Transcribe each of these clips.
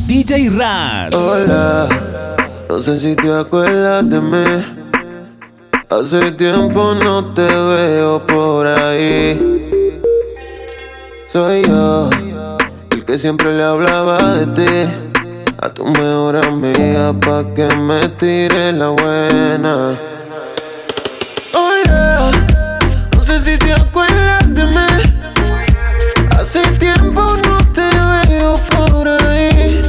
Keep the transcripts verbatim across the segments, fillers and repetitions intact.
D J Raz. Hola, no sé si te acuerdas de mí. Hace tiempo no te veo por ahí. Soy yo, el que siempre le hablaba de ti a tu mejor amiga pa' que me tire la buena. Hola, no sé si te acuerdas de mí. Hace tiempo no te veo por ahí.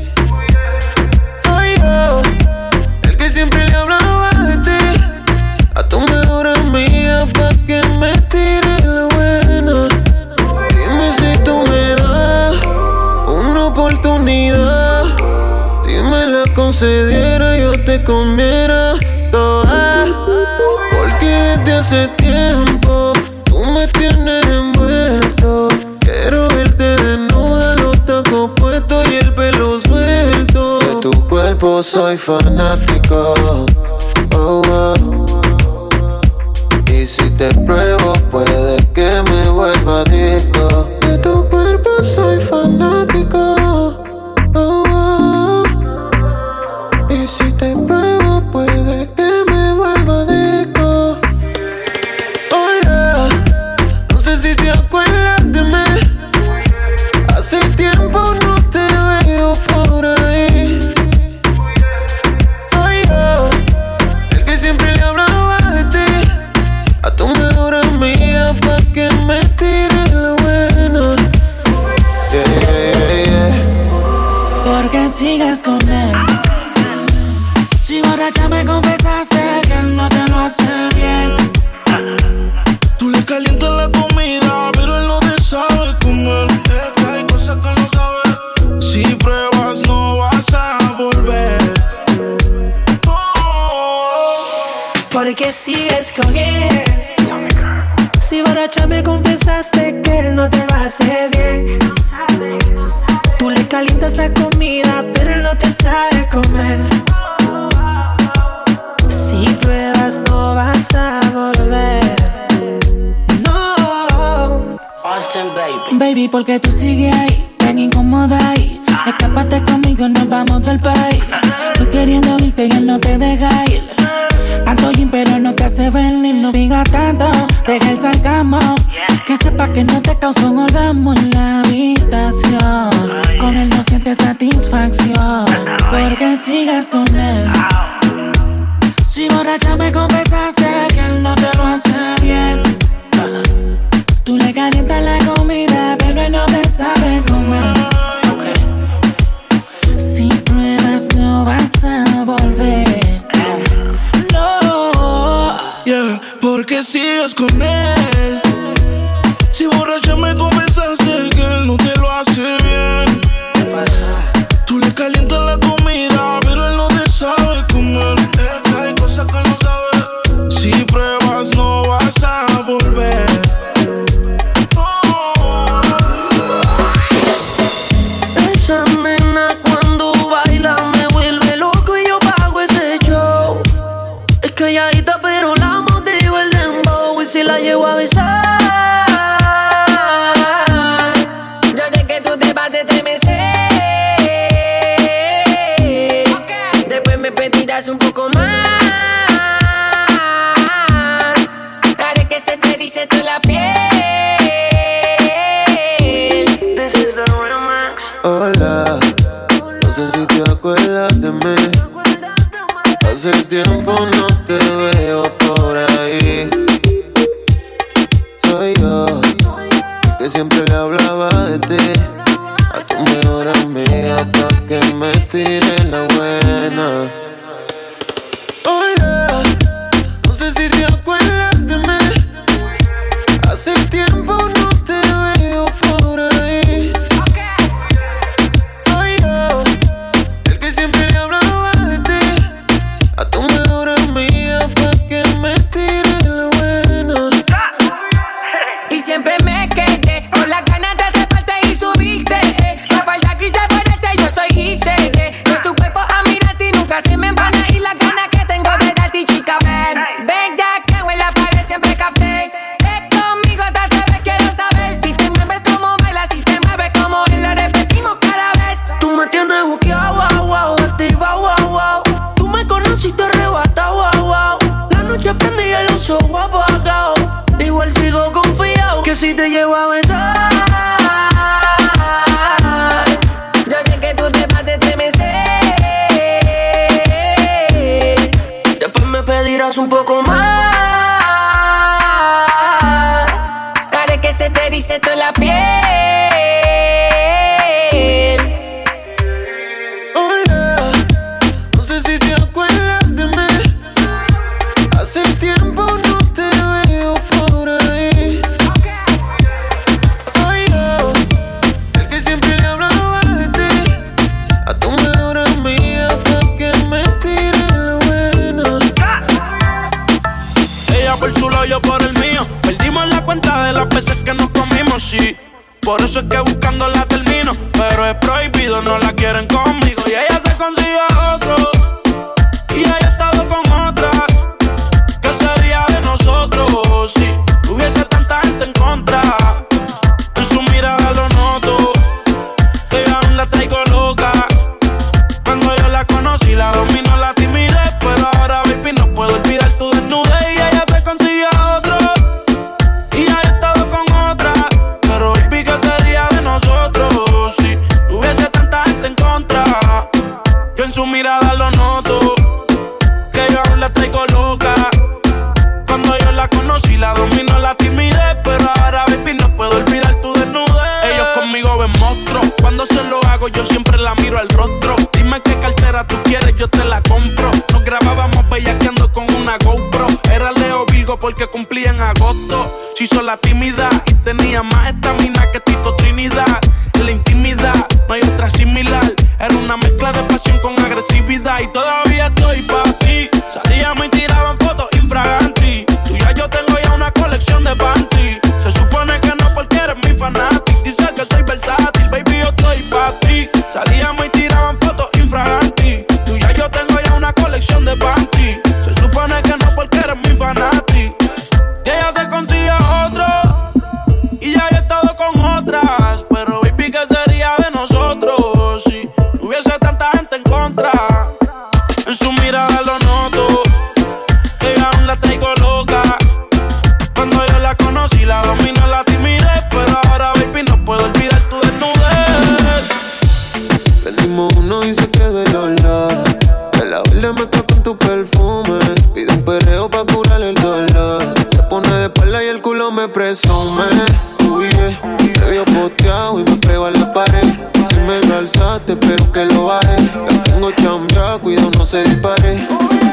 Soy yo, el que siempre le hablaba de ti a tu mejor amiga pa' que me tire la buena. Dime si tú me das una oportunidad. Si me la concediera yo te comiera toda. Porque desde hace tiempo tú me tienes envuelto. Quiero verte desnuda, los tacos puestos y el pelo suelto. De tu cuerpo soy fanático, oh, oh. Y si te pruebo puede que me vuelva adicto. De tu cuerpo soy fanático, oh, oh. Y si te pruebo puede que me vuelva adicto. Oye, no sé si te acuerdas de mí. Hace tiempo no te veo por ahí. Soy yo, el que siempre le hablaba de ti a tu mejor amiga pa' que me tire la buena. Yeah, yeah, yeah. Porque sigues con él. Si borracha me confesaste que él no te lo hace bien. Tú le calientas la comida, pero él no te sabe comer. Es que hay cosas que no sabes. Si pruebas no vas a volver. Oh. Porque sigues con él. Si borracha me confesaste que él no te lo hace bien. No sabe, no sabe. Tú le calientas la comida, pero él no te sabe comer. Si pruebas no vas a volver. No. Austin, baby. Baby, porque tú sigues ahí, tan incómoda ahí. Escápate conmigo, nos vamos del país. Tú queriendo irte y él no te deja ir. Tanto gym pero no te hace venir. No digas tanto, deja el sarcasmo. Que sepa que no te causó un orgasmo en la habitación. Con él no sientes satisfacción. Porque sigues con él. Si borracha me confesaste que él no te lo hace bien. Tú le calientas la comida, pero él no te sabe comer. Si pruebas no vas a volver. No. Yeah, porque sigues con él. Si borracha me confesaste que él no te lo hace bien. Tú le calientas la comida, pero él no te sabe comer. Es que hay cosas que no sabes. Si pruebas no vas a volver. Oh. Esa nena cuando baila me vuelve loco y yo pago ese show. Es calladita pero la motivo el dembow y si la llevo a besar. Yo sé que tú te pases de meses. Okay. Después me pedirás un poco más. Haré que se te dice toda la piel. This is the romance. Hola, no sé si te acuerdas de mí. Hace tiempo no te veo por ahí. Soy yo, que siempre le hablaba de ti a tu mejor amiga pa' que me tire la buena. Hola, no sé si te acuerdas de mí. Hace tiempo no te veo por ahí. Soy yo, el que siempre le hablaba de ti a tu mejor amiga pa' que me tire la buena. Y siempre me quedé con las ganas de atraparte y subirte. La falda quité por este, yo soy Gise. De tu cuerpo a mirarte y nunca se tienes buqueado, wow, wow, activa, wow, wow. Tú me conociste arrebatado, wow, wow. La noche prendí el oso guapo acá. Igual sigo confiado que si te llevo a besar. Yo sé que tú te vas a estremecer. Después me pedirás un poco más. Haré que se te erice toda la piel. Hola, no sé si te acuerdas de mí. Hace tiempo no te veo por ahí. Soy yo, el que siempre le hablaba de ti. A tu mejor amiga pa' que me tire la buena. Ella por su lado, yo por el mío. Perdimos la cuenta de las veces que nos comimos, sí. Por eso es que buscando la termino. Pero es prohibido, no la quieren conmigo. Y ella se consigue a otro. Y ella ha estado con otra. ¿Qué sería de nosotros si hubiese tanta gente en contra? En su mirada lo noto, que yo aún la traigo loca. Cuando yo la conocí la dominó la timidez. Pero ahora, baby, no puedo olvidar tu desnudez. Y ella se consigue a otro. Y ella ha estado con otra. Pero baby, ¿qué sería de nosotros si hubiese tanta gente en contra? Yo en su mirada lo noto, que yo aún la traigo loca. Cuando yo la conocí la dominó la timidez. Pero ahora, baby, no puedo olvidar tu desnudez. Ellos conmigo ven monstruos. Cuando se lo hago yo siempre la miro al rostro. Dime qué cartera tú quieres, yo te la compro. Nos grabábamos bellaqueando con una GoPro. Era Leo Virgo porque cumplía en agosto. Se hizo la tímida y tenía más estamina que Tito Trinidad. En la intimidad no hay otra similar. Era una mezcla de pasión con agresividad. Y todavía estoy pa' ti. Salíamos y tiraban fotos infraganti. Tú ya yo tengo ya una colección de panty. Se supone que no porque eres mi fanático. Dice que soy versátil, baby, yo estoy pa' ti. Salíamos y tiraban fotos infraganti. Tú ya yo tengo ya una colección de panty. Se supone que no porque eres mi fanático. Y ella se consigue a otro. Y ya he estado con otras. Pero baby, ¿qué sería de nosotros si hubiese tanta gente en contra? En su mirada lo noto, que yo aún la traigo loca. Cuando yo la conocí la dominó la timidez. Pero ahora, baby, no puedo olvidar tu desnudez. Prendimos uno y se quedó el olor. El abuela me toca con tu perfume. Pide un perreo pa' curar el dolor. Se pone de espalda y el culo me presume. Uy, yeah. Te vio posteado y me pego a la pared. Si me lo alzaste, espero que lo baje. La tengo chambia, cuidado no se dispare.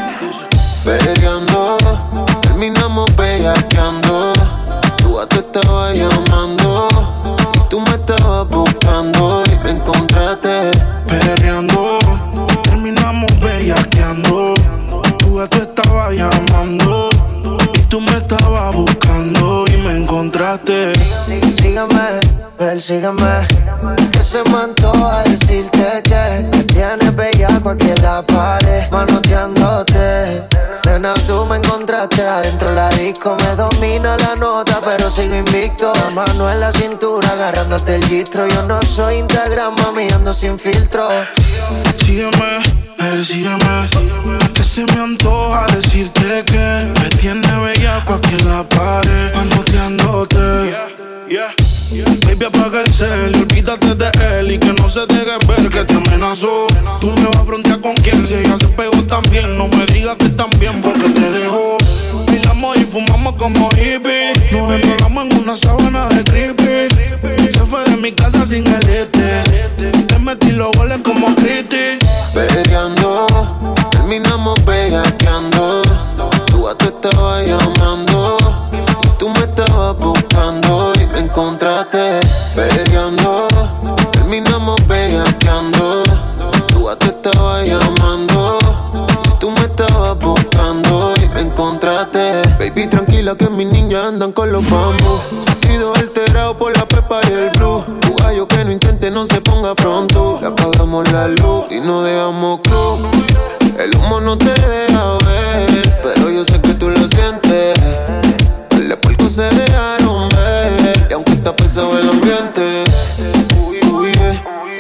Peleando, terminamos bellaqueando. Tu gato estaba llamando y tú me estabas buscando y me encontraste. Perreando, terminamos bellaqueando. Tu gato estaba llamando y tú me estabas buscando y me encontraste. Sígame, persígame, que se me antoja decirte que me tienes bellaco aquí en la pared, manoteándote. Nena, tú me encontraste adentro la disco. Me domina la nota, pero sigo invicto. La mano en la cintura, agarrándote el gistro. Yo no soy Instagram, mami, ando sin filtro. Sígueme, persígueme, que se me antoja decirte que me tiene bellaco aquí en la pared, manoteándote. Yeah, yeah. Baby, apaga el cel y olvídate de él. Y que no se deje ver que te amenazó. Tú me vas a frontear con quien, si ella se pegó también. No me digas que también porque te dejó. Bailamos y fumamos como hippies. Nos enrolamos en una sábana de creepy. Se fue de mi casa sin el este. Le metí los goles como Cristi. Peleando, terminamos bellaqueando. Tu gato estaba llamando y tú me estabas buscando y me encontraste. Peleando, terminamos bellaqueando. Tu gato estaba llamando y tú me estabas buscando y me encontraste. Baby, tranquila que mis niñas andan con los bambus. Sentido alterado por la pepa y el blue. Tu gallo que no intente no se ponga pronto. Le apagamos la luz y no dejamos club. El humo no te deja ver, pero yo sé que tú lo sientes. Los puercos se dejaron ver, y aunque está pesado el ambiente, uy, uy, yeah.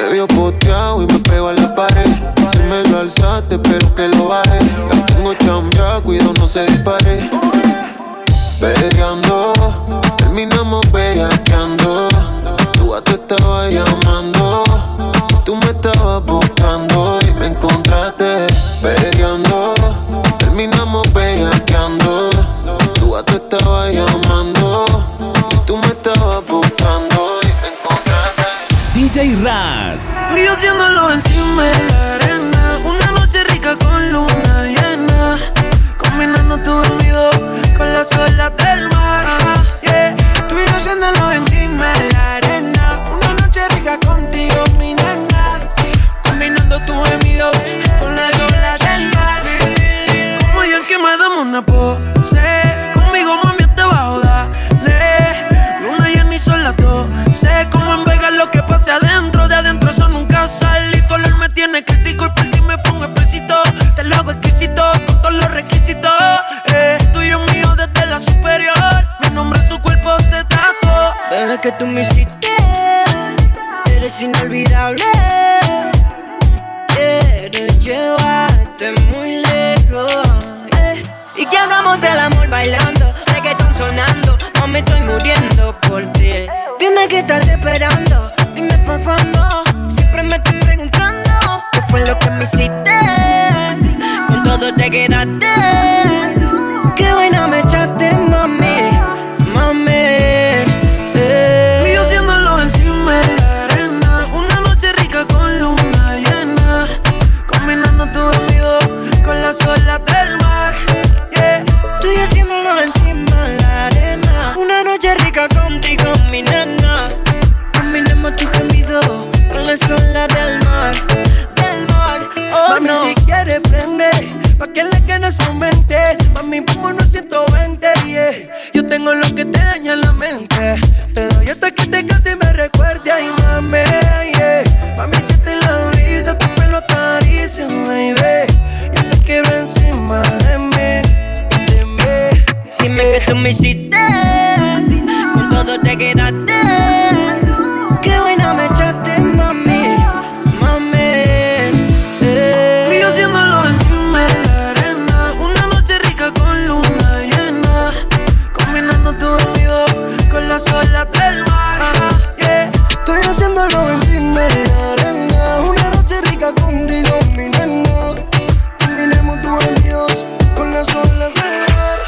Te vio poteado y me pego a la pared. Si me lo alzaste, espero que lo baje. La tengo chambeada, cuidado no se dispare. Peleando, terminamos bellaqueando. Tu gato estaba llamando, tú me estabas buscando y me encontraste. Peleando, terminamos bellaqueando. Tu gato estaba llamando, tú me estabas buscando y me encontraste. D J Raz. Tú y yo haciéndolo encima de la arena. Una noche rica con luna llena. Combinando tu dormido con las olas del mar. Yeah. Tú y yo haciéndolo encima de la arena. Una noche rica contigo, mi nena. Combinando tu gemido con las olas del mar. Como yo que me damos una pose. Conmigo, mami, te bajo, dale. Luna llena y sol las doce. Como en Vegas lo que pase adentro. De adentro eso nunca sale. Y color me tiene crítico y por ti me pongo explícito. Te lo hago exquisito con todos los requisitos. Eh, tuyo mío desde la superior. Mi nombre en su cuerpo se tatuó. Bebé, que tú me hiciste, eres inolvidable. Quiero llevarte muy lejos, eh. Y que hagamos el amor bailando, reggaetón sonando. Mami, estoy muriendo por ti. Dime qué estás esperando, dime por cuándo. Siempre me estoy preguntando qué fue lo que me hiciste. Con todo te quedaste. Qué buena me echaste, mami, mami, eh. Tú y yo haciéndolo encima de la arena. Una noche rica con luna llena. Combinando tu dormido con las olas del mar. Yeah. Tú y yo haciéndolo encima de la arena. Una noche rica contigo, mi nena. Combinemos tu gemido con las olas del mar, del mar. Oh, mami, no. si quieres prende, pa' que le quede su mente. Mami, vámonos ciento veinte, yeah. Yo tengo lo que te daña la mente. Te doy hasta que te canse y me recuerde, ay, mami, yeah. Mami, siente la brisa, tu pelo acaricia, baby. Yo te quiero encima de mí, de mí. Dime que tú me hiciste, con todo te quedaste. Qué buena me echaste, mami, mami, eh. Tú y yo haciéndolo encima de la arena. Una noche rica con luna llena. Combinando tu dormido con las olas del mar. Yeah. Estoy haciéndolo encima de la arena. Una noche rica contigo, mi nena. Combinemos tus dormidos con las olas del mar.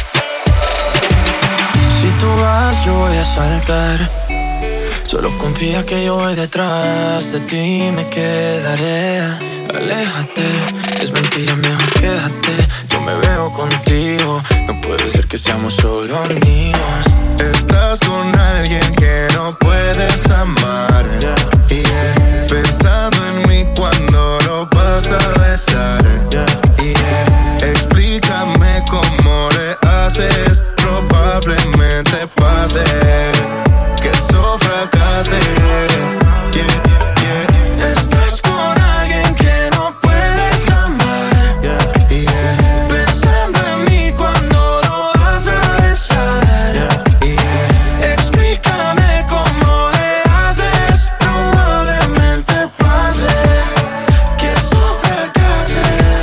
Si tú vas, yo voy a saltar. Solo confía que yo voy detrás de ti, me quedaré. Aléjate, es mentira, mejor quédate. Yo me veo contigo, no puede ser que seamos solo amigos. Estás con alguien que no puedes amar, yeah. Pensando en mí cuando lo vas a besar, yeah. Explícame cómo le haces, probablemente pase que eso fracase, yeah, yeah. Estás con alguien que no puedes amar, yeah, yeah. Pensando en mí cuando lo vas a besar, yeah, yeah. Explícame cómo le haces, probablemente pase que eso fracase.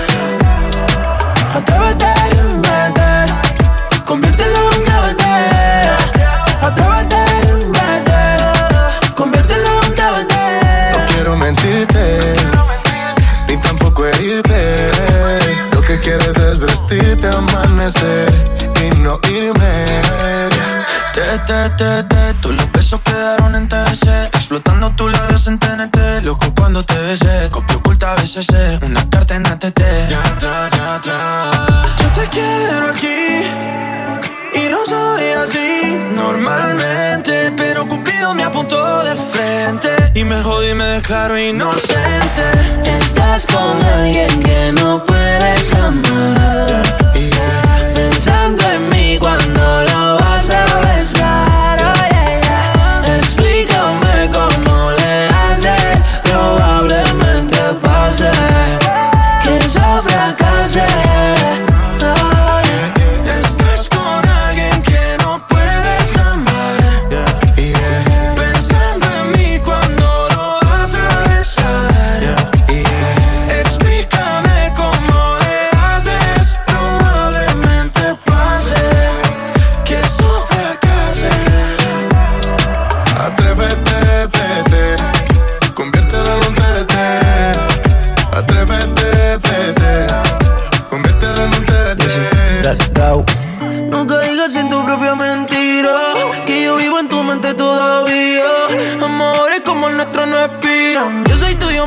Atrévete a inventar, conviértelo en una bandera. Atrévete a inventar, conviértelo en una bandera. No quiero mentirte, ni tampoco herirte. Lo que quieres es vestirte, amanecer y no irme. Te, te, te, te, todos los besos quedaron en T V C. Explotando tus labios en T N T. Loco cuando te besé, copia oculta B C C. Una carta en A T T. Ya atrás, ya atrás. Yo te quiero aquí y no soy así normalmente, pero Cupido me apuntó de frente y me jodí y me declaro inocente. Estás con alguien que no puedes amar, Yeah. pensando en mí cuando lo vas a besar. Oh, yeah, yeah. Explícame cómo le haces, probablemente pase que eso fracase. Oh, yeah. Estás con alguien que no puedes amar, yeah. Pensando en mí cuando lo vas a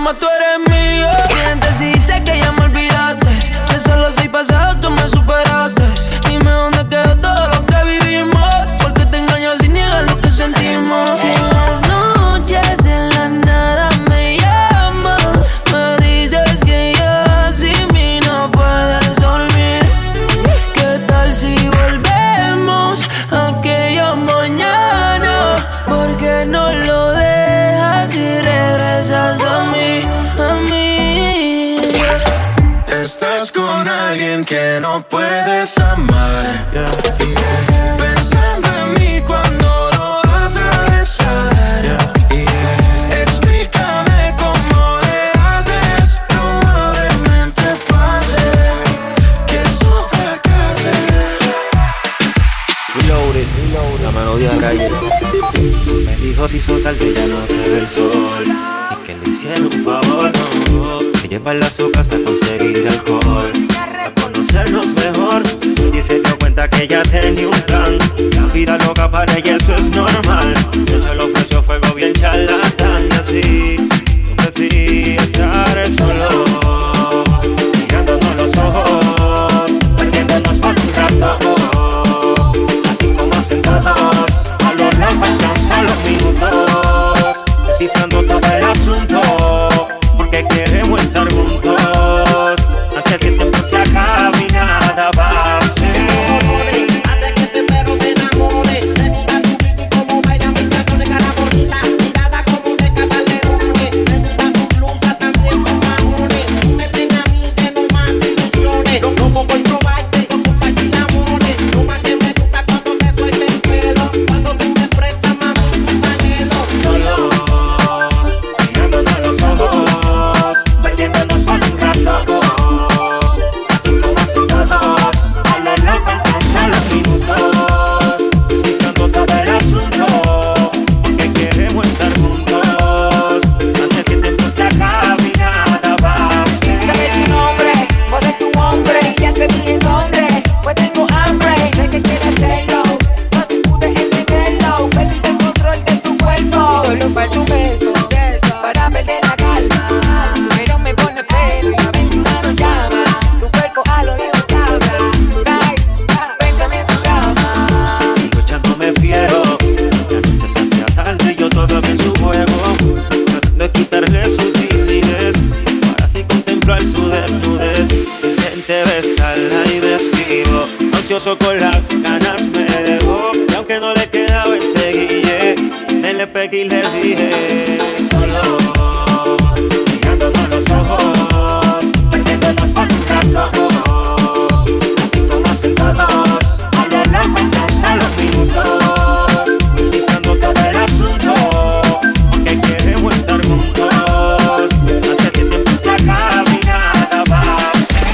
más tú eres mío. Mientes si dice que ya me olvidaste, que solo soy pasado, tú me superaste. Dime dónde quedó todo lo que vivimos, porque te engaño sin negar lo que sentimos. Si en las noches de la nada me llamas, me dices que ya sin mí no puedes dormir. ¿Qué tal si volvemos a aquella mañana? ¿Por qué no lo dejas y regresas a mí, a mí? Estás con alguien que no puedes amar, yeah. Yeah. Pensando en mí cuando lo vas a besar, yeah. Yeah. Explícame cómo le haces, probablemente pase que eso fracase. Reloaded, la melodía de calle. Me dijo si hizo tarde ya no se ve el sol, y que le hicieron un favor, no, que llevarla a su casa a conseguir alcohol, a conocernos mejor. Y se dio cuenta que ella tenía un plan, la vida loca para ella eso es normal. De hecho le ofreció fuego bien charlatán, y así ofrecí estar solo, mirándonos los ojos, perdiéndonos por un rato, así como hacen todos, a los locos en tan solo minutos, descifrando todo el asunto, porque queremos estar juntos, antes que el tiempo se acabe y nada va a ser. Hace que este perro se enamore, me gusta tu pico y como baila mi chato de cara bonita, mirada como de casa leones, me gusta tu blusa también con mamones, tú me tienes a mí que no más ilusiones, no como por probarte, no compartir amores, lo más que me gusta cuando te suelta el pelo, cuando tú me expresas mami tus anhelos. Solo mirándonos los ojos, perdiéndonos por un rato, así como hacen todos, a lo loco en tan solo minutos, descifrando todo el asunto, porque queremos estar juntos, antes que el tiempo se acabe y nada va a ser. Dame tu nombre, vos eres tu hombre, y ya te dije en dónde, pues tengo hambre, sé que quieres hacerlo, no te pude entenderlo, perdiste el control de tu cuerpo, y solo falta un beso, para perder la calma, pero me pone pelo y la aventura nos llama, tu cuerpo a lo lejos habla, ay, cuéntame en su cama. Sigo echándome fiero, la noche se hace tarde y yo todavía en su juego, tratando de quitarle su timidez, para así contemplar su desnudez, intenté besarla y me esquivo, ansioso con las ganas me dejó, y aunque no le quedaba ese guille, me le pegué y le dije, solo mirándonos los ojos, perdiéndonos por un rato, así como hacen todos, a lo loco en tan solo minutos, descifrando todo el asunto, porque queremos estar juntos, antes que el tiempo se acabe y nada va a ser.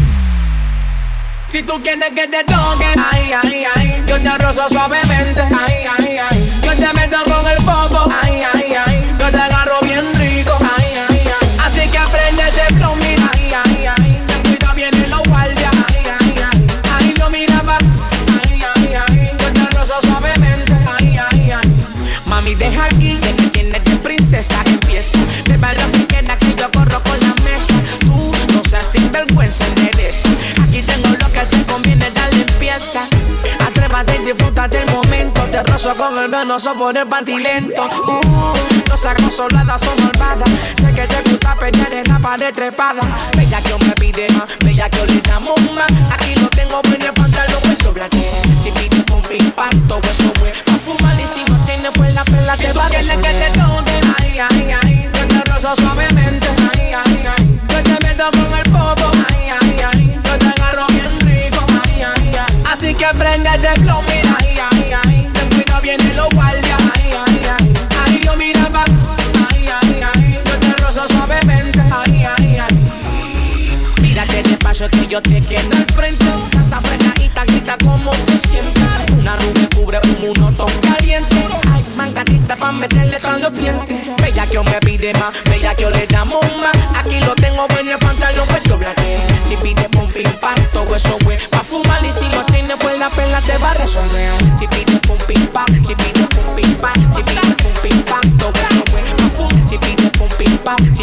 Si tú quieres que te toquen, ay, ay, ay, yo te rozo suavemente, ay, ay, ay, yo te meto con el popo, ay, ay, ay, yo te agarro bien rico, ay, ay, ay, así que aprende ese flow, mira, ay, ay, ay, ten cuidado vienen los guardias, ay, ay, ay, ahí lo mira pa, ay, ay, ay, yo te rozo suavemente, ay, ay, ay, mami deja aquí, que me tienes de princesa, empieza, de barra pequeña que yo corro con la mesa, tú no seas sinvergüenza, endereza, aquí tengo lo que te conviene, dale empieza, atrévate y disfruta del momento, te rozo con el venoso por el pantilento, uh, no sacamos soladas, son malvadas, sé que te gusta pelear en la pared trepada, bella que me pide más, bella que le damos más, aquí lo tengo en el pantalón, puesto blanque, si pide un impacto, eso fue, pa' fumar y si no tienes pues la pela te va a que te toquen, ay, ay, ay, yo te rozo suavemente, ay, ay, ay, yo te meto con el popo, ay, ay, ay, yo te agarro bien rico, ay, ay, ay, así que prende ese flow, mira, ay, ay, ay, ten cuidado vienen los guardias, ay, ay, ay, ahí lo mira pa, ay, ay, ay, yo te rozo suavemente, ay, ay, ay, mírate despacio que yo te quedo al frente, casa frenadita, grita como se siente, una nube cubre un monotón caliente, ay, mangatita pa' meterle tras los dientes, bella que me pide más, bella que le damos más, aquí lo tengo en el pantalón, puesto blanque, si pide un impacto, eso fue, pa' fumar y si no tienes pues la pela te va a resolver, si pide un pimpa, si pide un pimpa, si pide un impacto, eso fue, pa' fumar, si pide un pimpa, si pide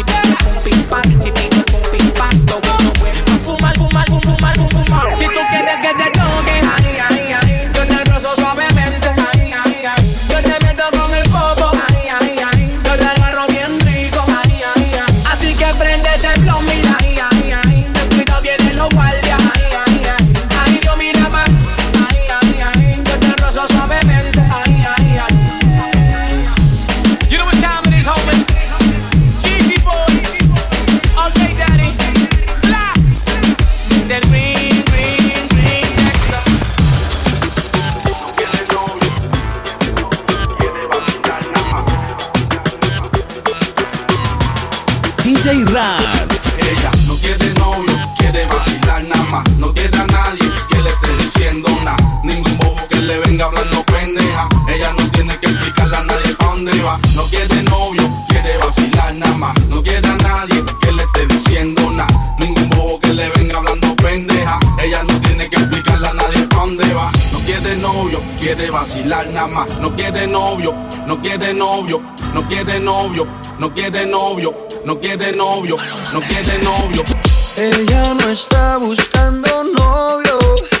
pum pim pam, chipito pum pim pam, todo eso es fumar, fumar, fumar, fumar, fumar. Si tú quieres que te toque, ay, ay, ay, yo te rozo suavemente, ay, ay, ay, yo te meto con el popo, ay, ay, ay, yo te agarro bien rico, ay, ay, ay. Así que prendete el blon, mira, ay, ay, ay, ten cuidado vienen los guardias, ay, ay, ay, ay, yo mira más, ay, ay, ay, yo te rozo suavemente, ay, ay, ay. You know what time it is, homie? Cheesy boys, okay, daddy, black, then green, green, green, extra. D J Raz. Ella no quiere novio, quiere vacilar nada más. No quiere a nadie que le esté diciendo nada. Ningún bobo que le venga hablando pendeja. Ella no tiene que explicarle a nadie pa' dónde va. No quiere novio, quiere vacilar nada más. No quiere a nadie que le esté diciendo nada. Ningún bobo que le venga hablando pendeja. Ella no tiene que explicarle a nadie pa' dónde va. No quiere novio, quiere vacilar nada más. No quiere novio, no quiere novio, no quiere novio, no quiere novio, no quiere novio, no quiere novio. Ella no está buscando novio,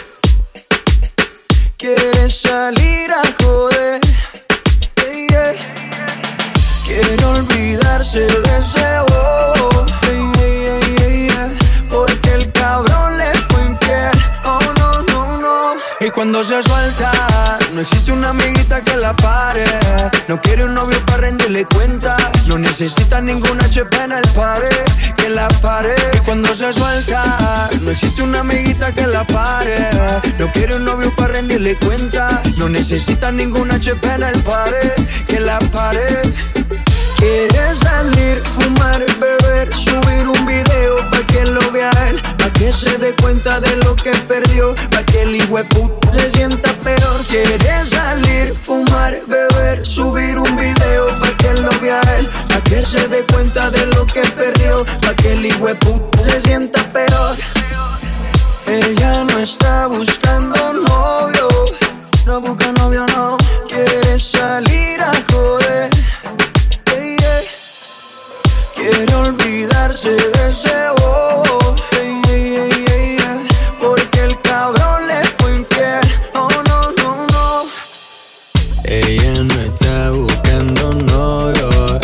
quiere salir a joder, hey, yeah. Quiere olvidarse de ese bobo, hey, hey, hey, hey, yeah. Porque el cabrón le fue infiel, oh no, no, no. Y cuando se suelta, no existe una amiguita que la pare. No quiere un novio para rendirle cuenta. No necesita ningún H P en el pared que la pare. Y cuando se suelta, no existe una amiguita que la pare. No quiere un novio para rendirle cuenta. No necesita ningún H P en el pared que la pare. Quiere salir, fumar, beber, subir un video pa' que lo vea él, pa' que se dé cuenta de lo que perdió, pa' que el hijueputa se sienta peor. Quiere salir, fumar, beber, subir un video pa' que lo vea él, pa' que se dé cuenta de lo que perdió, pa' que el hijueputa se sienta peor. Ella no está buscando novio, no busca novio, no. Quiere salir a joder, hey, yeah. Quiere olvidarse de ese bobo, hey, hey, hey, hey, yeah. Porque el cabrón le fue infiel, oh no, no, no. Ella no está buscando novio,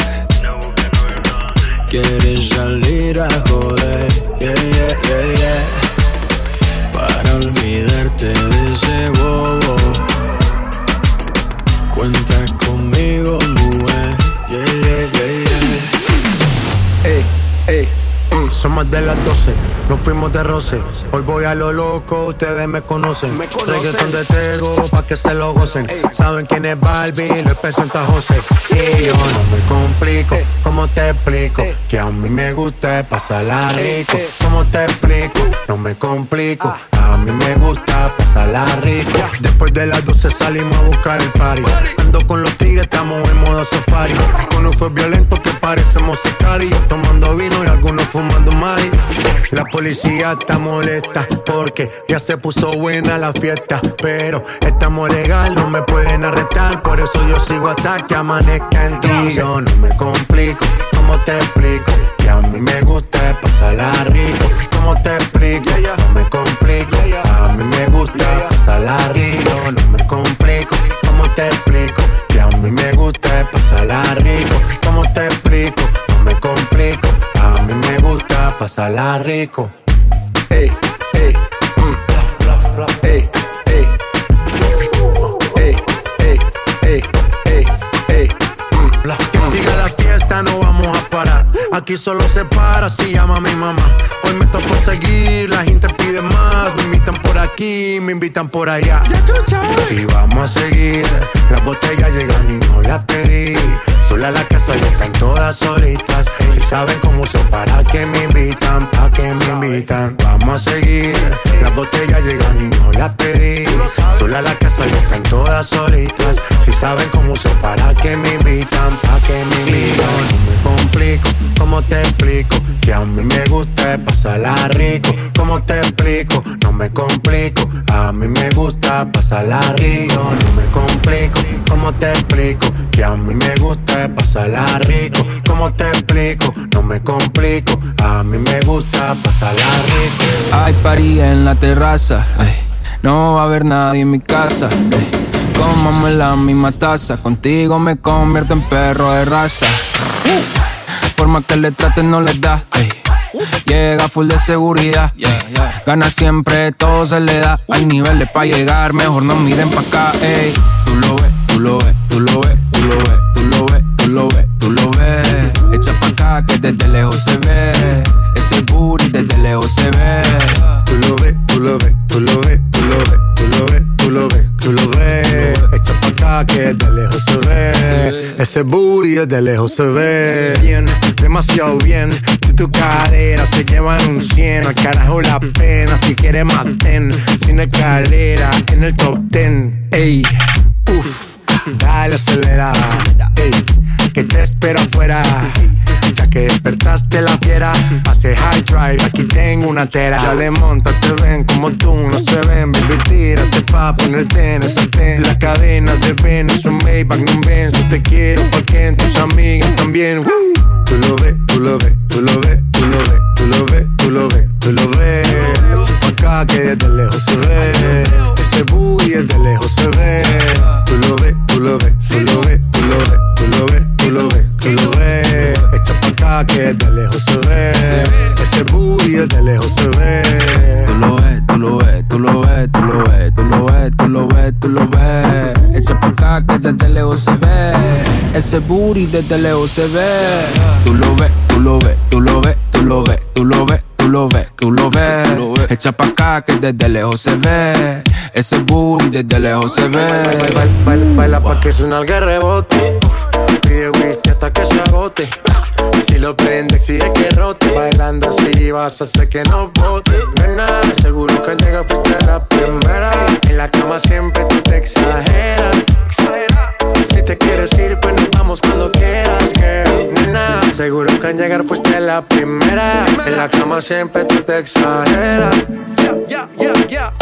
quiere salir a joder, yeah, yeah, yeah, yeah. Para olvidarte de ese bobo, cuenta conmigo, mujer, yeah, yeah, yeah, yeah. Ey, ey, mm, son más de las doce, nos fuimos de roce. Hoy voy a lo loco, ustedes me conocen. Me conocen. Reggaeton de Tego, pa' que se lo gocen. Ey. Saben quién es Barbie, lo presenta José. Y yo no me complico, ey. ¿Cómo te explico? Ey. Que a mí me gusta pasarla rico. Ey. ¿Cómo te explico? No me complico. Ah. A mí me gusta pasarla rico. Después de las doce salimos a buscar el party. Ando con los tigres, estamos en modo safari. Con un fue violento que parecemos sicarios. Tomando vino y algunos fumando mari. La policía está molesta porque ya se puso buena la fiesta. Pero estamos legal, no me pueden arrestar. Por eso yo sigo hasta que amanezca en ti. Yo no me complico, ¿cómo te explico? Que a mí me gusta pasarla rico. ¿Cómo te explico? No me complico. A mí me gusta pasarla rico. No me complico. ¿Cómo te explico? Que a mí me gusta pasarla rico. ¿Cómo te explico? No me complico. A mí me gusta pasarla rico. Ey, ey, mm. Ey, ey, ey, ey, ey, ey, ey, mm. Que siga la fiesta, no vamos a parar. Aquí solo se para si llama mi mamá. Hoy me tocó seguir, la gente pide más. Me invitan por aquí, me invitan por allá. Y vamos a seguir. Las botellas llegan y no las pedí. Sola la casa ya están todas solitas. Si saben cómo uso para que me invitan, pa' que me invitan. Vamos a seguir. Las botellas llegan y no las pedí. Sola la casa ya están todas solitas. Si saben cómo uso para que me invitan, pa' que me invitan. No me complico, ¿cómo te explico? Que a mí me gusta pasarla rico. ¿Cómo te explico? No me complico. A mí me gusta pasarla rico. No me complico, ¿cómo te explico? que a mí me gusta es pasarla rico. ¿Cómo te explico? No me complico. A mí me gusta pasarla rico. Hay party en la terraza, ay. No va a haber nadie en mi casa, ay. Comamos en la misma taza. Contigo me convierto en perro de raza. Por más que le traten no les da, ay. Llega full de seguridad, yeah, yeah. Gana siempre, todo se le da. Hay niveles pa' llegar, mejor no miren pa' acá, ey. Tú lo ves, tú lo ves, tú lo ves, tú lo ves, tú lo ves, tú lo ves, tú lo ves. Echa pa' acá que desde lejos se ve. Ese booty desde lejos se ve. Tú lo ves, tú lo ves, tú lo ves, tú lo ves, tú lo ves, tú lo ves, tú lo ves. Echa pa' acá que desde lejos se ve. Ese booty desde lejos se ve. Bien, demasiado bien. Tu cadera se llevan un cien. Al carajo la pena, si quieres maten. Sin escalera, en el top ten. Ey, uff, dale acelera. Ey, que te espero afuera. Ya que despertaste la fiera, pase high drive, aquí tengo una tera. Ya le monta, te ven como tú no se ven. Baby, tírate pa' ponerte en esa ten. La cadena de Venus, un Maybach, no ven. Yo te quiero porque en tus amigas también. Tú lo ves, tú lo ves, tú lo ves, tú lo ves, tú lo ves, tú lo ves, tú lo ves. Echa pa' acá que desde lejos se ve. Ese booty desde lejos se ve. Tú lo ves, tú lo ves, tú lo ves, tú lo ves, tú lo ves, tú lo ves, tú lo ves. Echa pa' acá que desde lejos se ve. Ese booty desde lejos se ve. Tú lo ves, tú lo ves, tú lo ves, tú lo ves, tú lo ves, tú lo ves, tú lo ves. Echa pa' acá que desde lejos se ve. Ese booty desde lejos se ve. Tú lo ves, tú lo ves, tú lo ves, tú lo ves, tú lo ves, tú lo ves, tú lo ves. Echa pa' acá que desde lejos se ve. Ese booty desde lejos se ve. Baila, baila, baila pa' que suena el rebote. Pide whisky hasta que se agote. Si lo prende, exige que rote. Bailando así vas a hacer que no bote. Nena, seguro que al llegar fuiste la primera. En la cama siempre tú te exageras. Exagera. Si te quieres ir, pues nos vamos cuando quieras, girl. Nena, seguro que al llegar fuiste la primera. En la cama siempre tú te exageras. Yeah, yeah, yeah, yeah.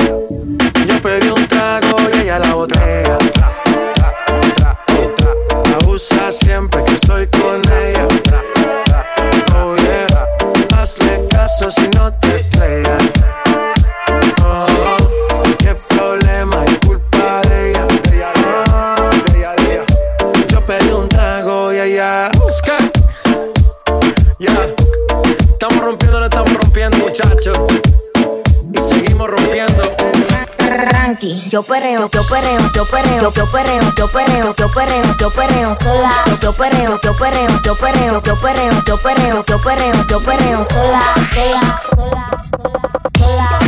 Yo pedí un trago y ella la botella. Tra, tra, tra, tra. La usa siempre que estoy con ella. Tra, tra, oh yeah. Hazle caso si no te estrellas. Oh, qué problema es culpa de ella. De ella, de ella, de ella. Yo pedí un trago y ella. Ya, yeah. Estamos rompiendo, no estamos rompiendo, muchachos. Y seguimos rompiendo. Ranky, yo perreo, yo perreo, yo perreo, yo perreo, yo perreo, yo perreo, yo perreo sola. Yo perreo, yo perreo, yo perreo, yo perreo, yo perreo, yo perreo, yo perreo sola, sola, sola, sola.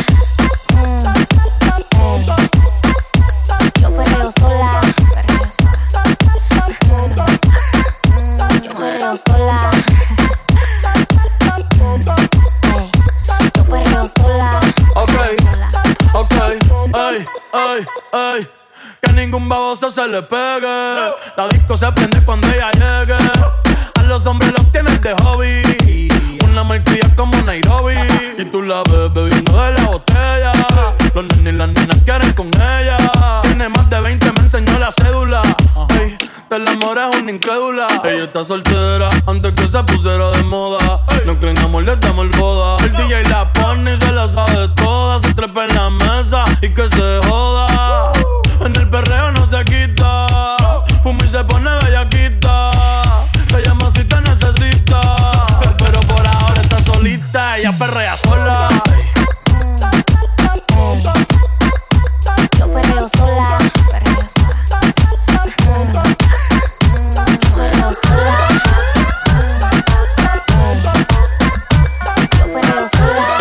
Yo perreo sola, perreo sola. Yo perreo sola. Yo perreo sola. Okay, okay, ay, ay, ay. Que ningún baboso se le pegue. La disco se prende cuando ella llegue. A los hombres los tienes de hobby. Una marquilla como Nairobi. Y tú la ves bebiendo de la botella. Los nenes y las nenas quieren con ella. Tiene más de veinte, me enseñó la cédula. Ey, del amor es una incrédula. Ella está soltera antes que se pusiera de moda. No creen amor, le damos el boda. El D J la pone y se la sabe toda. Se trepa en la mesa y que se joda. En el perreo no se quita. Fuma y se pone bellaquita. Te llama si te necesita. Pero por ahora está solita. Ella perrea sola. Yo perreo sola, perreo sola. Yo perreo sola. Yo perreo sola.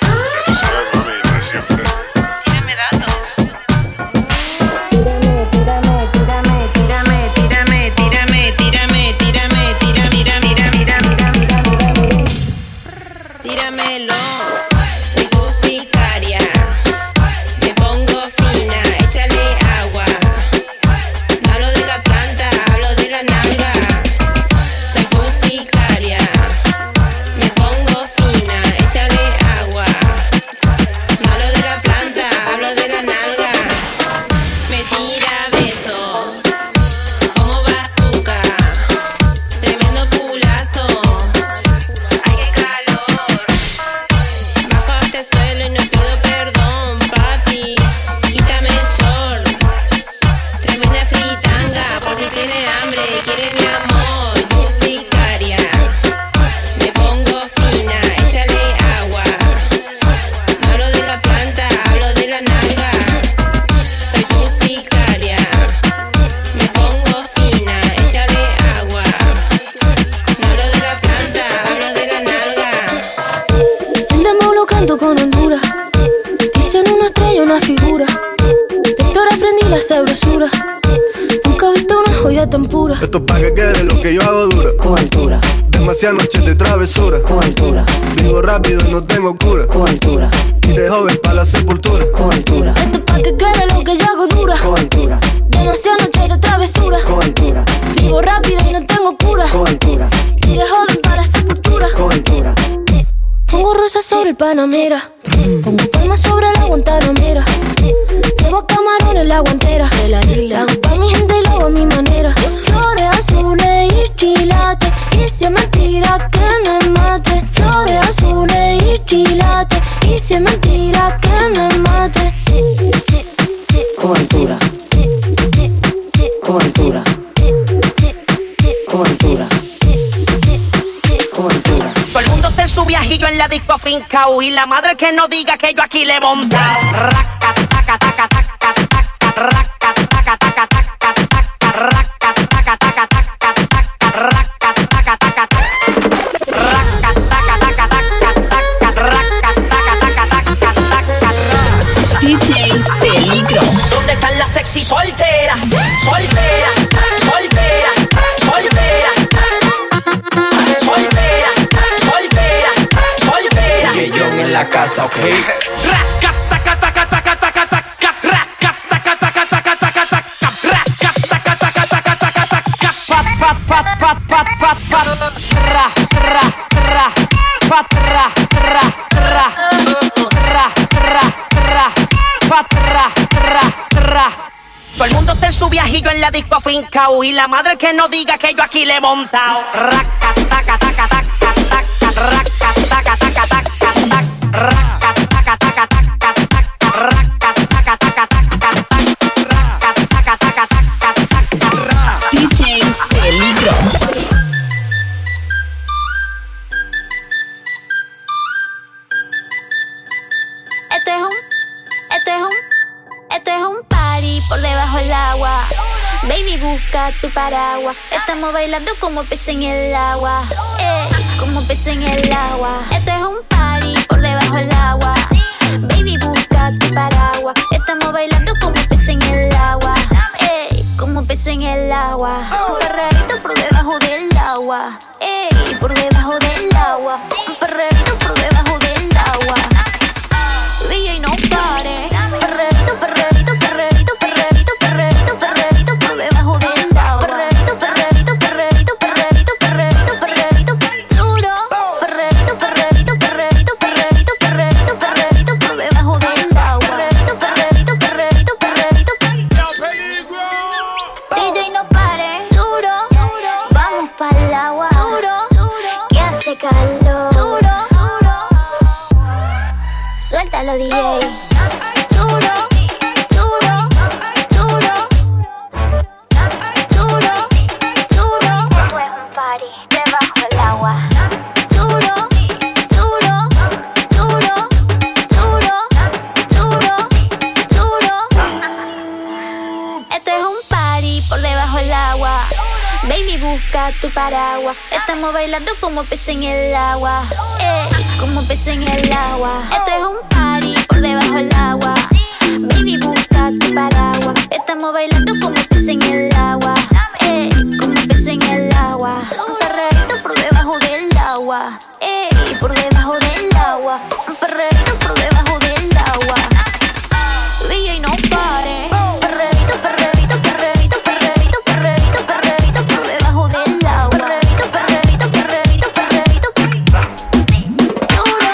Tírame, tírame. la sabrosura. Nunca he visto una joya tan pura. Esto es pa' que quede lo que yo hago dura. Con altura. Demasiadas noches de travesura. Con altura. Vivo rápido y no tengo cura. Con altura. Y de joven pa' la sepultura. Con altura. Esto es pa' que quede lo que yo hago dura. Con altura. Demasiadas noches de travesura. Con altura. Vivo rápido y no tengo cura. Con altura. Y de joven pa' la sepultura. Con altura. Pongo rosas sobre el Panamera. Pongo palmas sobre la Guantanamera. Llevo camarones la guantera. La hago pa' mi gente y lo hago a mi manera. Flores azules y quilates. Y si es mentira que me mate. Flores azules y quilates. Y si es mentira que me mate. Con altura. Con altura. Con altura. Todo el mundo está en su viajillo en la disco fincao. Y la madre que no diga que yo aquí le montas. Raca, taca, taca, taca, taca, raca, taca, taca, taca, taca, raca, taca, taca, taca, taca, raca, taca, taca, taca, raca, taca, taca, taca, raca, taca, taca, taca. D J Peligro. ¿Dónde están las sexy solteras? Soltera, soltera, soltera, soltera, soltera, soltera. Que yo en la casa, ok. Raca, taca, taca, taca, taca, taca, raca, taca, taca, taca, taca, taca, raca, taca, taca, taca, taca, taca, pa, pa, pa, pa, pa, pa, pa, ra, ra, ra, pa, ra, ra, ra, ra, ra, ra, pa, ra, ra, ra. Todo el mundo está en su viajillo en la disco fincao. Y la madre que no diga que yo aquí le he montao. Raca, taca, taca, taca, taca, raca, taca, taca, taca, taca, raca, taca, taca, taca, taca, raca, taca, taca, taca, taca, raca, taca, taca, taca, taca. D J Peligro. Este es un, este es un, este es un party por debajo del agua. Baby, busca tu paraguas. Estamos bailando como peces en el agua. Eh, como peces en el agua. Este es un party por debajo del agua. Baby, busca tu paraguas. Estamos bailando como peces en el agua. Eh, como peces en el agua. Un perreíto por debajo del agua. Eh, por debajo del agua. Un perreíto por debajo del agua. D J no pare. Perreíto, perreíto, perreíto, perreíto, perreíto, perreíto por debajo del agua. Perreíto, perreíto, perreíto, perreíto, perreíto, perreíto duro. Perreíto, perreíto, perreíto, perreíto, perreíto, perreíto por debajo del agua. Perreíto, perreíto, perreíto, perreíto. D J no pare. Duro, duro. Vamos pa'l agua. Duro, duro. Que hace calor. Duro, duro. Suéltalo, D J. Duro, duro, duro, duro, duro. Esto es un party debajo del agua. Duro, duro, duro, duro, duro, duro. Esto es un party por debajo del agua. Baby, busca tu paraguas. Estamos bailando como peces en el agua. Eh, como peces en el agua. Esto es un party por debajo del agua. Baby, busca tu paraguas. Estamos bailando como peces en el agua. Eh, como peces en el agua. Un perreíto por debajo del agua. Eh, por debajo del agua. Un perreíto por debajo del agua. D J no pare. Perreíto, perreíto, perreíto, perreíto, perreíto, perreíto por debajo del agua. Perreíto, perreíto, perreíto, perreíto. Duro.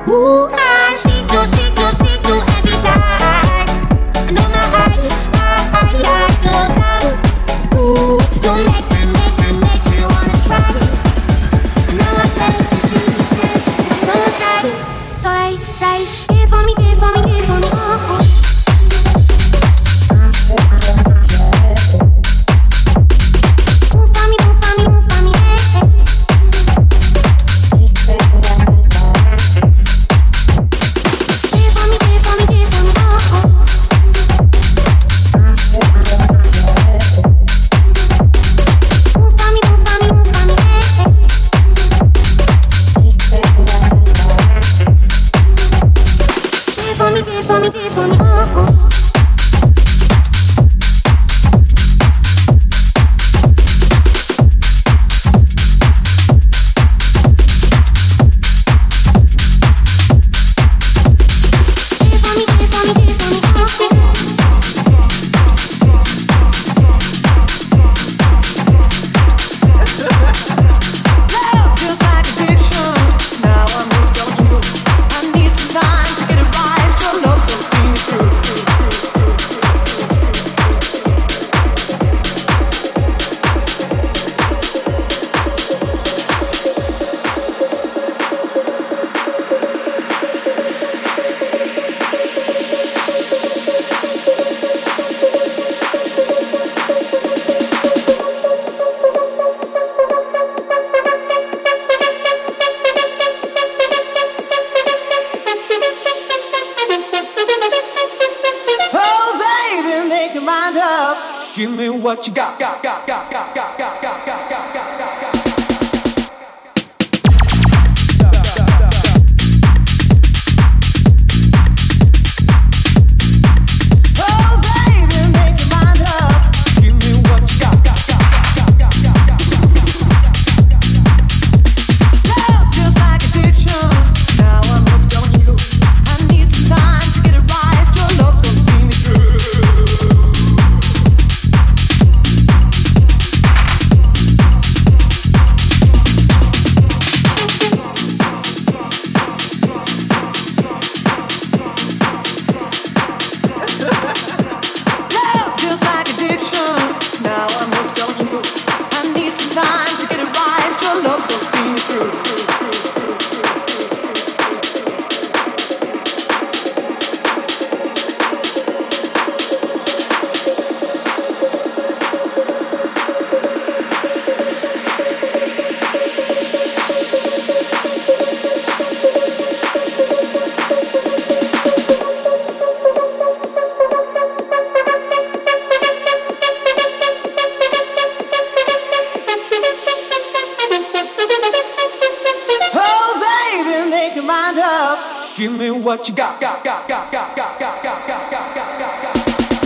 Ooh, I see you, see you, see you every time. And on my high, high, high, high, don't stop. Ooh, don't make me, make me, make me wanna try. Now I play the shit, shit, don't try. So they say, dance for me, dance for me, dance for me, oh, oh. Give me what you got, got, got, got, got, got, got, got, got, got, got, got. Give me what you got, got, got, got, got, got, got, got, got, got, got, got, got.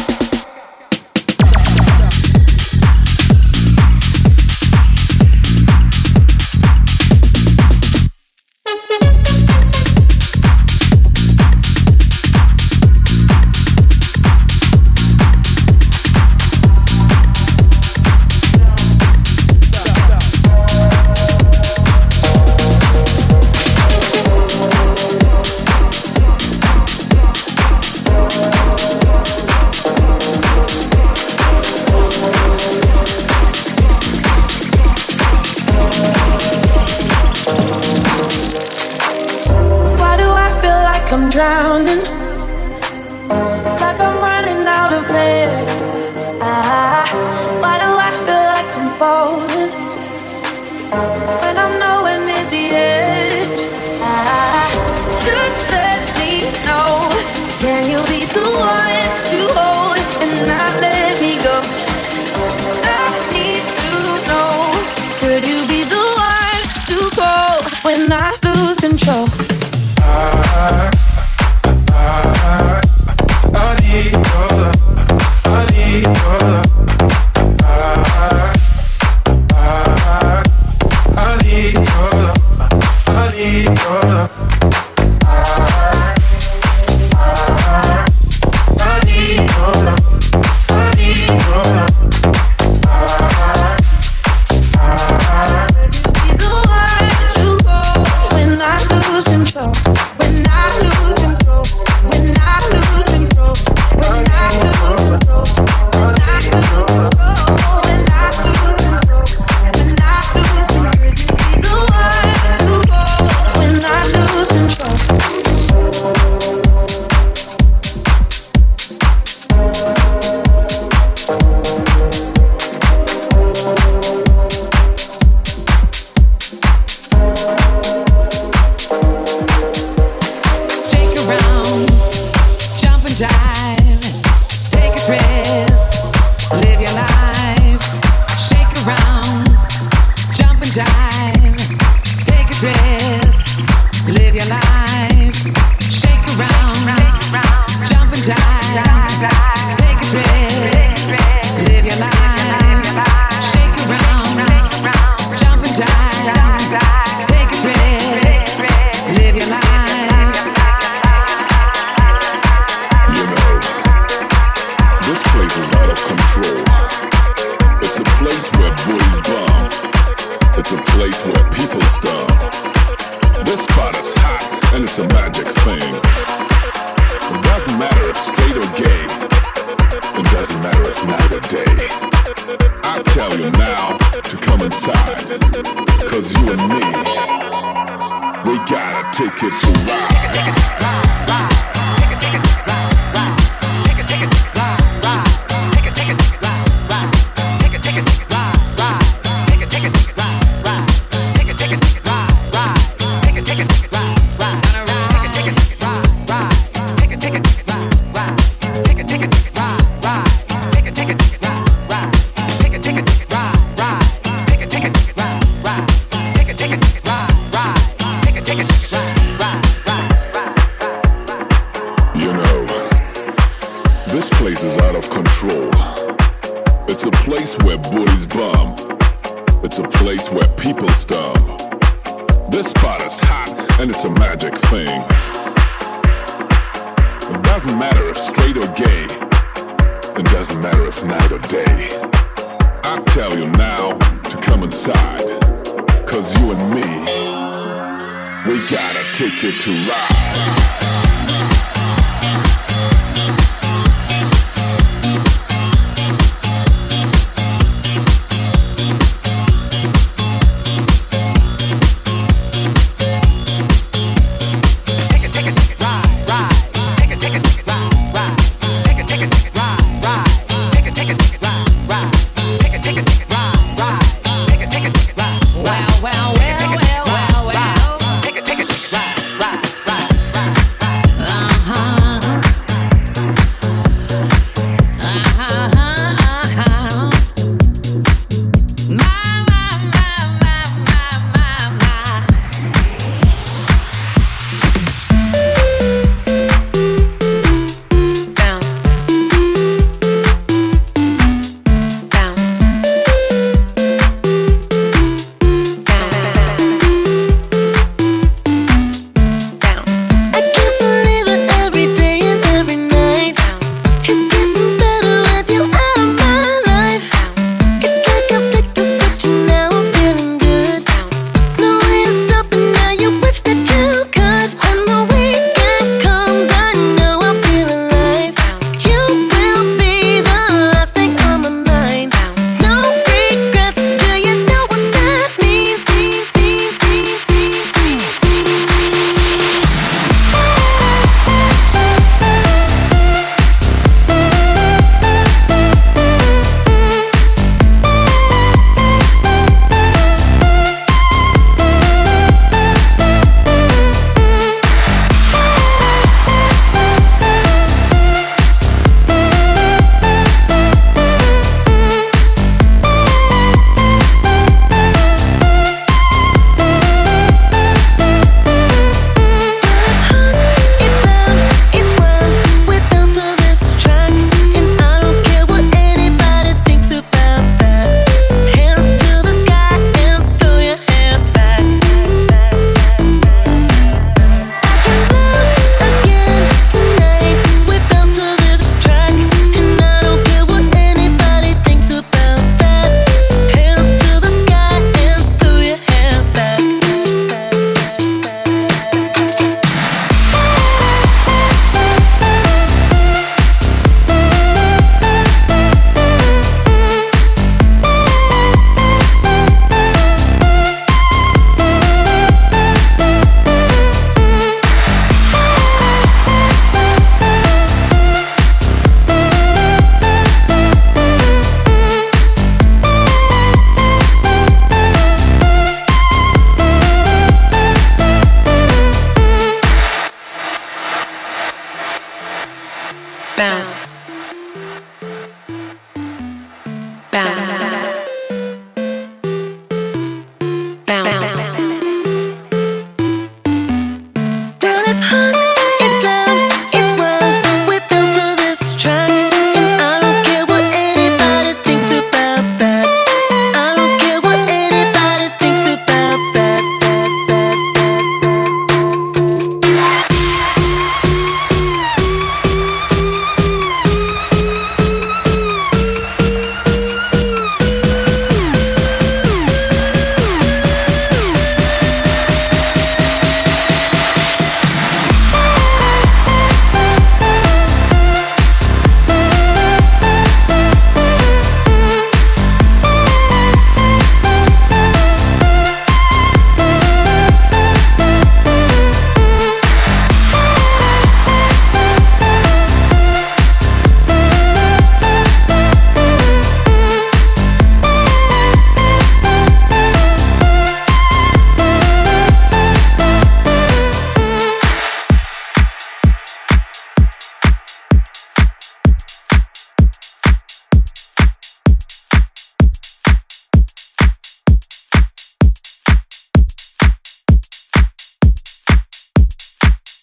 Drowning, like I'm running out of air. Ah, why do I feel like I'm falling when I'm nowhere near the edge? Ah, just let me know, can you be the one to hold and not let me go? I need to know, could you be the one to call when I lose control? I, I, I need jive, take a trip, live your life, shake around, jump and jive, take a trip, live your life, shake around, jump and jive, take a trip, live your life, shake around, jump and jive, take a trip, live your life. It's a place where people stop. This spot is hot and it's a magic thing. It doesn't matter if straight or gay. It doesn't matter if night or day. I tell you now to come inside. Cause you and me, we gotta take it to ride. Take it to ride. Well, well, well, well, well. Take it, take it, ride, ride, ride, ride. bounce.